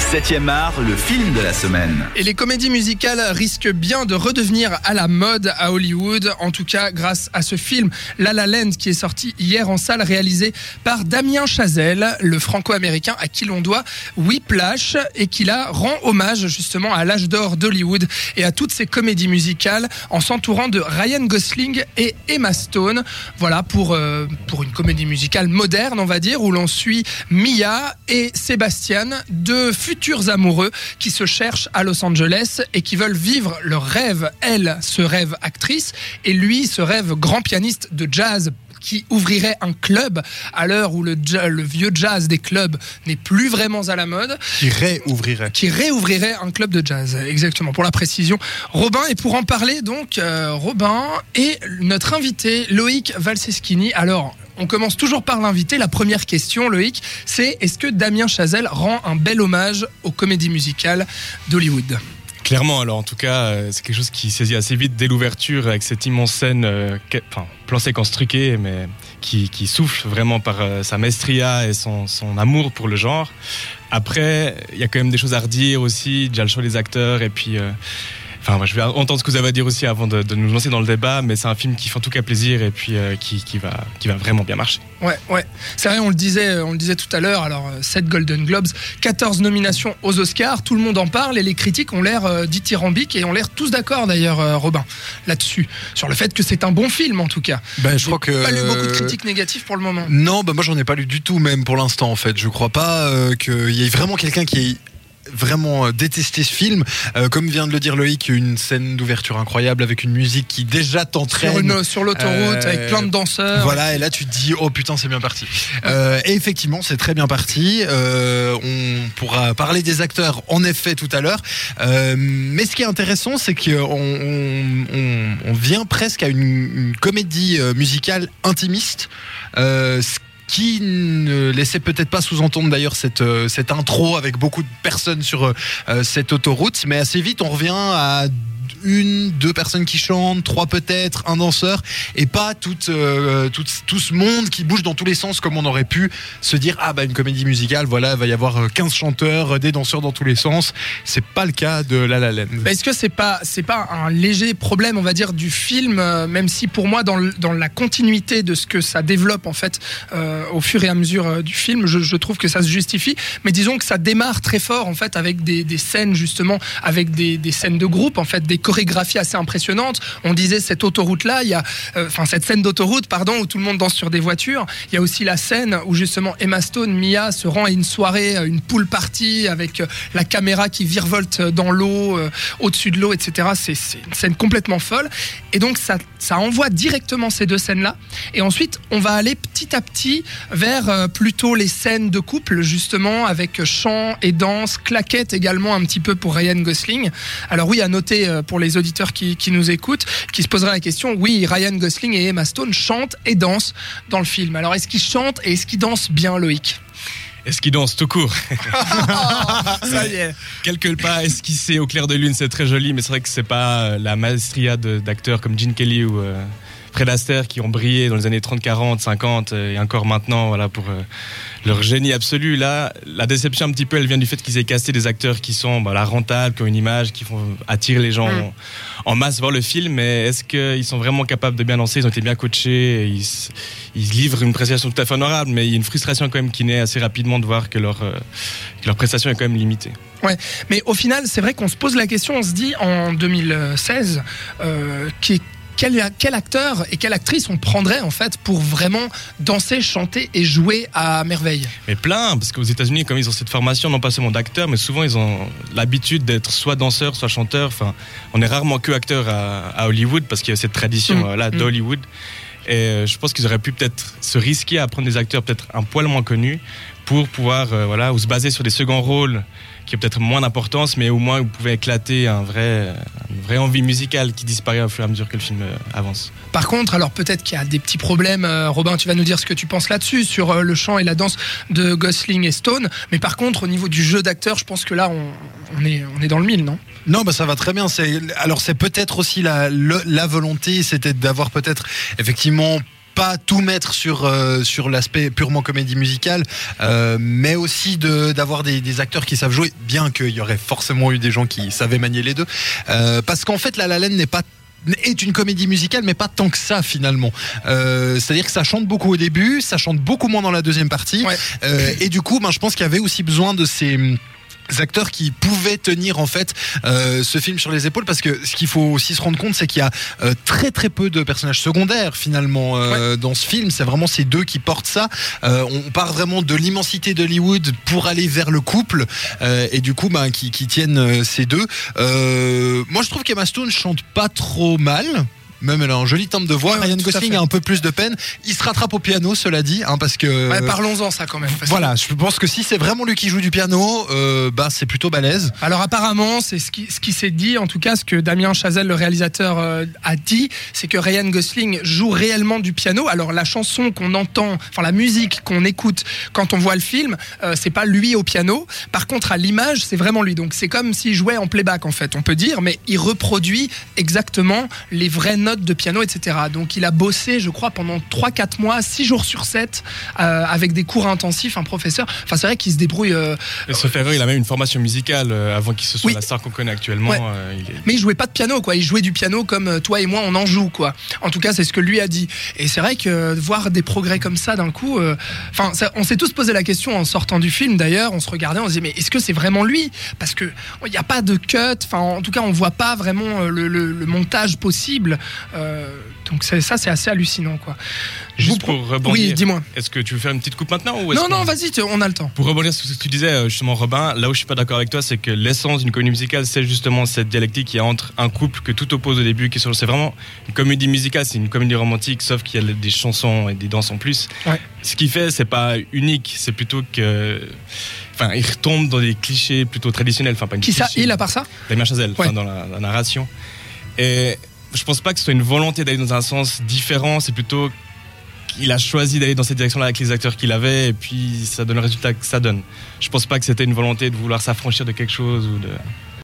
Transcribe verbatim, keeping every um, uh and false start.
septième art, le film de la semaine. Et les comédies musicales risquent bien de redevenir à la mode à Hollywood, en tout cas grâce à ce film La La Land qui est sorti hier en salle, réalisé par Damien Chazelle, le franco-américain à qui l'on doit Whiplash et qui là rend hommage justement à l'âge d'or d'Hollywood et à toutes ces comédies musicales en s'entourant de Ryan Gosling et Emma Stone. Voilà pour, euh, pour une comédie musicale moderne, on va dire, où l'on suit Mia et Sébastien, deux futurs amoureux qui se cherchent à Los Angeles et qui veulent vivre leur rêve. Elle se rêve actrice et lui se rêve grand pianiste de jazz qui ouvrirait un club à l'heure où le, le vieux jazz des clubs n'est plus vraiment à la mode. Qui réouvrirait. Qui réouvrirait un club de jazz, exactement, pour la précision. Robin, et pour en parler donc, euh, Robin et notre invité Loïc Valseschini. Alors, on commence toujours par l'invité. La première question, Loïc, c'est est-ce que Damien Chazelle rend un bel hommage aux comédies musicales d'Hollywood ? Clairement, alors en tout cas, euh, c'est quelque chose qui saisit assez vite dès l'ouverture avec cette immense scène, euh, que, enfin, plan séquence truqué, mais qui, qui souffle vraiment par euh, sa maestria et son, son amour pour le genre. Après, il y a quand même des choses à redire aussi, déjà le choix des acteurs et puis... Euh, Enfin, je vais entendre ce que vous avez à dire aussi avant de, de nous lancer dans le débat, mais c'est un film qui fait en tout cas plaisir et puis euh, qui, qui, va, qui va vraiment bien marcher. Ouais, ouais. C'est vrai, on le disait, on le disait tout à l'heure. Alors, sept Golden Globes, quatorze nominations aux Oscars, tout le monde en parle et les critiques ont l'air euh, dithyrambiques et ont l'air tous d'accord d'ailleurs, euh, Robin, là-dessus, sur le fait que c'est un bon film en tout cas. Ben, je crois que pas lu beaucoup de critiques négatives pour le moment. Non, ben moi j'en ai pas lu du tout même pour l'instant en fait. Je crois pas euh, qu'il y ait vraiment quelqu'un qui ait vraiment détesté ce film, euh, comme vient de le dire Loïc, une scène d'ouverture incroyable avec une musique qui déjà t'entraîne sur, une, sur l'autoroute euh, avec plein de danseurs. Voilà, et là tu te dis oh putain c'est bien parti. Euh, et effectivement c'est très bien parti. Euh, on pourra parler des acteurs en effet tout à l'heure. Euh, mais ce qui est intéressant c'est qu'on on, on, on vient presque à une, une comédie musicale intimiste. Euh, qui ne laissait peut-être pas sous-entendre d'ailleurs cette, euh, cette intro avec beaucoup de personnes sur euh, cette autoroute, mais assez vite on revient à une, deux personnes qui chantent, trois peut-être, un danseur, et pas tout, euh, tout, tout ce monde qui bouge dans tous les sens comme on aurait pu se dire ah bah une comédie musicale, voilà, il va y avoir quinze chanteurs, des danseurs dans tous les sens. C'est pas le cas de La La Land. Est-ce que c'est pas, c'est pas un léger problème, on va dire, du film, euh, même si pour moi dans, le, dans la continuité de ce que ça développe en fait euh, au fur et à mesure euh, du film, je, je trouve que ça se justifie, mais disons que ça démarre très fort en fait avec des, des scènes justement, avec des, des scènes de groupe en fait, des chorégraphie assez impressionnante. On disait cette autoroute là, il y a enfin euh, cette scène d'autoroute pardon où tout le monde danse sur des voitures. Il y a aussi la scène où justement Emma Stone, Mia se rend à une soirée, une pool party avec euh, la caméra qui virevolte dans l'eau, euh, au-dessus de l'eau, et cetera. C'est, c'est une scène complètement folle. Et donc ça, ça envoie directement ces deux scènes là. Et ensuite on va aller petit à petit vers euh, plutôt les scènes de couple justement avec chant et danse, claquettes également un petit peu pour Ryan Gosling. Alors oui, à noter euh, pour les auditeurs qui, qui nous écoutent, qui se poseraient la question, oui, Ryan Gosling et Emma Stone chantent et dansent dans le film. Alors, est-ce qu'ils chantent et est-ce qu'ils dansent bien, Loïc ? Est-ce qu'ils dansent tout court ? Ça y est. Quelques pas esquissés au clair de lune, c'est très joli, mais c'est vrai que c'est pas la maestria de, d'acteurs comme Gene Kelly ou euh, Fred Astaire qui ont brillé dans les années trente, quarante, cinquante et encore maintenant, voilà, pour euh, leur génie absolu. Là, la déception un petit peu, elle vient du fait qu'ils aient casté des acteurs qui sont bah, là, rentables, qui ont une image, qui font attirer les gens mm. en, en masse voir le film. Mais est-ce qu'ils sont vraiment capables de bien danser ? Ils ont été bien coachés, ils, ils livrent une prestation tout à fait honorable, mais il y a une frustration quand même qui naît assez rapidement de voir que leur, euh, que leur prestation est quand même limitée. Ouais, mais au final, c'est vrai qu'on se pose la question, on se dit en deux mille seize, euh, qui Quel, quel acteur et quelle actrice on prendrait en fait pour vraiment danser, chanter et jouer à merveille ? Mais plein, parce qu'aux États-Unis, comme ils ont cette formation, non pas seulement d'acteurs, mais souvent ils ont l'habitude d'être soit danseurs, soit chanteurs. Enfin, on est rarement que acteurs à, à Hollywood parce qu'il y a cette tradition mmh. là d'Hollywood. Et je pense qu'ils auraient pu peut-être se risquer à prendre des acteurs peut-être un poil moins connus pour pouvoir euh, voilà, ou se baser sur des seconds rôles qui ont peut-être moins d'importance, mais au moins vous pouvez éclater un vrai, une vraie envie musicale qui disparaît au fur et à mesure que le film avance. Par contre, alors peut-être qu'il y a des petits problèmes, euh, Robin, tu vas nous dire ce que tu penses là-dessus, sur euh, le chant et la danse de Gosling et Stone, mais par contre, au niveau du jeu d'acteur, je pense que là, on, on, est, on est dans le mille, non ? Non, bah ça va très bien. C'est, alors c'est peut-être aussi la, le, la volonté, c'était d'avoir peut-être effectivement pas tout mettre sur euh, sur l'aspect purement comédie musicale, euh, mais aussi de d'avoir des, des acteurs qui savent jouer, bien qu'il y aurait forcément eu des gens qui savaient manier les deux, euh, parce qu'en fait La La Land n'est pas est une comédie musicale, mais pas tant que ça finalement. Euh, c'est-à-dire que ça chante beaucoup au début, ça chante beaucoup moins dans la deuxième partie, Ouais. euh, et du coup, ben, je pense qu'il y avait aussi besoin de ces acteurs qui pouvaient tenir en fait euh, ce film sur les épaules, parce que ce qu'il faut aussi se rendre compte, c'est qu'il y a euh, très très peu de personnages secondaires finalement euh, ouais. dans ce film. C'est vraiment ces deux qui portent ça. Euh, on part vraiment de l'immensité d'Hollywood pour aller vers le couple, euh, et du coup ben, qui, qui tiennent euh, ces deux. Euh, moi je trouve qu'Emma Stone chante pas trop mal. Même elle a un joli timbre de voix. Ouais, Ryan tout à Gosling fait. a un peu plus de peine. Il se rattrape au piano, cela dit, hein, parce que. Ouais, parlons-en ça quand même. parce que- Voilà, je pense que si c'est vraiment lui qui joue du piano, euh, bah c'est plutôt balèze. Alors apparemment, c'est ce qui, ce qui s'est dit, en tout cas ce que Damien Chazelle, le réalisateur, euh, a dit, c'est que Ryan Gosling joue réellement du piano. Alors la chanson qu'on entend, enfin la musique qu'on écoute quand on voit le film, euh, c'est pas lui au piano. Par contre, à l'image, c'est vraiment lui. Donc c'est comme s'il jouait en playback en fait, on peut dire, mais il reproduit exactement les vraies notes de piano, et cetera. Donc il a bossé, je crois, pendant trois quatre mois, six jours sur sept, euh, avec des cours intensifs, un professeur. Enfin c'est vrai qu'il se débrouille. Euh, Et sauf erreur, il a même une formation musicale euh, avant qu'il se soit Oui. la star qu'on connaît actuellement. Ouais. euh, il est- Mais il jouait pas de piano, quoi. Il jouait du piano comme euh, toi et moi, on en joue, quoi. En tout cas, c'est ce que lui a dit. Et c'est vrai que euh, voir des progrès comme ça d'un coup, enfin, euh, on s'est tous posé la question en sortant du film. D'ailleurs, on se regardait, on se disait, mais est-ce que c'est vraiment lui? Parce que il n'y a pas de cut. Enfin, en tout cas, on voit pas vraiment euh, le, le, le montage possible. Euh, donc c'est, ça, c'est assez hallucinant, quoi. Je Juste vous pro- pour rebondir. Oui, dis-moi. Est-ce que tu veux faire une petite coupe maintenant ou est-ce Non, qu'on- non, vas-y, tu- on a le temps. Pour rebondir sur ce que tu disais, euh, justement, Robin, là où je suis pas d'accord avec toi, c'est que l'essence d'une comédie musicale, c'est justement cette dialectique qu'il y a entre un couple que tout oppose au début, qui est sur- c'est vraiment une comédie musicale, c'est une comédie romantique, sauf qu'il y a des chansons et des danses en plus. Ouais. Ce qui fait, c'est pas unique, c'est plutôt que, enfin, il retombe dans des clichés plutôt traditionnels, enfin pas une Qui ça, cliché. il, à part ça? Damien Chazelle, Ouais. enfin, dans la, la narration. Et je pense pas que ce soit une volonté d'aller dans un sens différent, c'est plutôt qu'il a choisi d'aller dans cette direction-là avec les acteurs qu'il avait, et puis ça donne le résultat que ça donne. Je pense pas que c'était une volonté de vouloir s'affranchir de quelque chose ou de.